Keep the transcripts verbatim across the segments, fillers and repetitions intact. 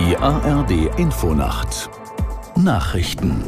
Die A R D-Infonacht Nachrichten.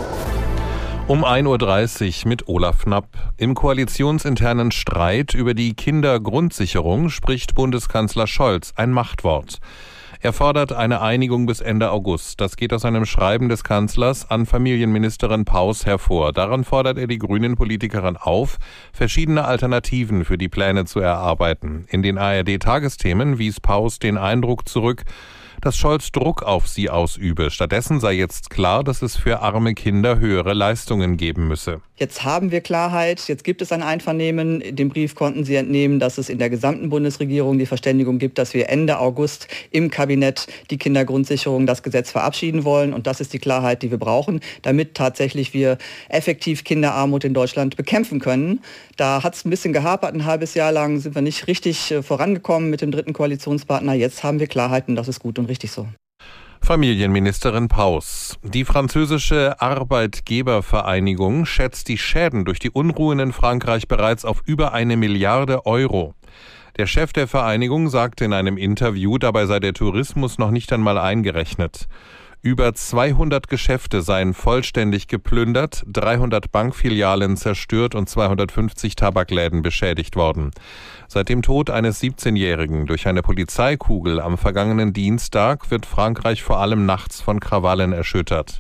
Um ein Uhr dreißig mit Olaf Knapp. Im koalitionsinternen Streit über die Kindergrundsicherung spricht Bundeskanzler Scholz ein Machtwort. Er fordert eine Einigung bis Ende August. Das geht aus einem Schreiben des Kanzlers an Familienministerin Paus hervor. Daran fordert er die Grünen-Politikerin auf, verschiedene Alternativen für die Pläne zu erarbeiten. In den A R D-Tagesthemen wies Paus den Eindruck zurück, dass Scholz Druck auf sie ausübe. Stattdessen sei jetzt klar, dass es für arme Kinder höhere Leistungen geben müsse. Jetzt haben wir Klarheit, jetzt gibt es ein Einvernehmen. Dem Brief konnten Sie entnehmen, dass es in der gesamten Bundesregierung die Verständigung gibt, dass wir Ende August im Kabinett die Kindergrundsicherung, das Gesetz verabschieden wollen. Und das ist die Klarheit, die wir brauchen, damit tatsächlich wir effektiv Kinderarmut in Deutschland bekämpfen können. Da hat es ein bisschen gehapert, ein halbes Jahr lang sind wir nicht richtig vorangekommen mit dem dritten Koalitionspartner. Jetzt haben wir Klarheit und das ist gut und richtig so. Familienministerin Paus. Die französische Arbeitgebervereinigung schätzt die Schäden durch die Unruhen in Frankreich bereits auf über eine Milliarde Euro. Der Chef der Vereinigung sagte in einem Interview, dabei sei der Tourismus noch nicht einmal eingerechnet. Über zweihundert Geschäfte seien vollständig geplündert, dreihundert Bankfilialen zerstört und zweihundertfünfzig Tabakläden beschädigt worden. Seit dem Tod eines siebzehnjährigen durch eine Polizeikugel am vergangenen Dienstag wird Frankreich vor allem nachts von Krawallen erschüttert.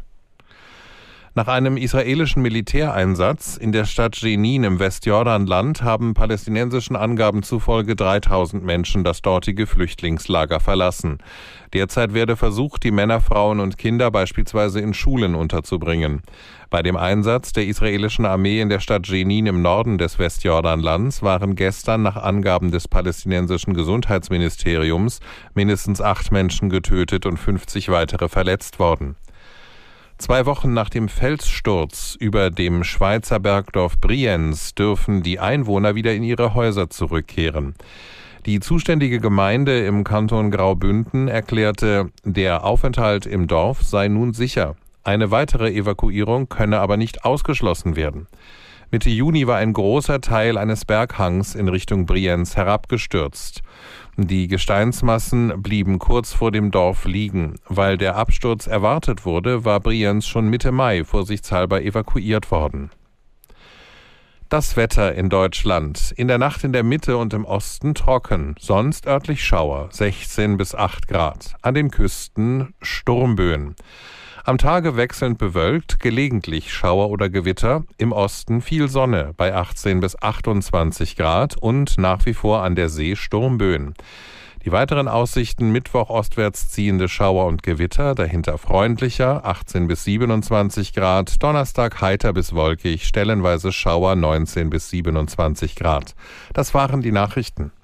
Nach einem israelischen Militäreinsatz in der Stadt Jenin im Westjordanland haben palästinensischen Angaben zufolge dreitausend Menschen das dortige Flüchtlingslager verlassen. Derzeit werde versucht, die Männer, Frauen und Kinder beispielsweise in Schulen unterzubringen. Bei dem Einsatz der israelischen Armee in der Stadt Jenin im Norden des Westjordanlands waren gestern nach Angaben des palästinensischen Gesundheitsministeriums mindestens acht Menschen getötet und fünfzig weitere verletzt worden. Zwei Wochen nach dem Felssturz über dem Schweizer Bergdorf Brienz dürfen die Einwohner wieder in ihre Häuser zurückkehren. Die zuständige Gemeinde im Kanton Graubünden erklärte, der Aufenthalt im Dorf sei nun sicher. Eine weitere Evakuierung könne aber nicht ausgeschlossen werden. Mitte Juni war ein großer Teil eines Berghangs in Richtung Brienz herabgestürzt. Die Gesteinsmassen blieben kurz vor dem Dorf liegen. Weil der Absturz erwartet wurde, war Brienz schon Mitte Mai vorsichtshalber evakuiert worden. Das Wetter in Deutschland. In der Nacht in der Mitte und im Osten trocken, sonst örtlich Schauer, sechzehn bis acht Grad. An den Küsten Sturmböen. Am Tage wechselnd bewölkt, gelegentlich Schauer oder Gewitter, im Osten viel Sonne bei achtzehn bis achtundzwanzig Grad und nach wie vor an der See Sturmböen. Die weiteren Aussichten: Mittwoch ostwärts ziehende Schauer und Gewitter, dahinter freundlicher, achtzehn bis siebenundzwanzig Grad, Donnerstag heiter bis wolkig, stellenweise Schauer, neunzehn bis siebenundzwanzig Grad. Das waren die Nachrichten.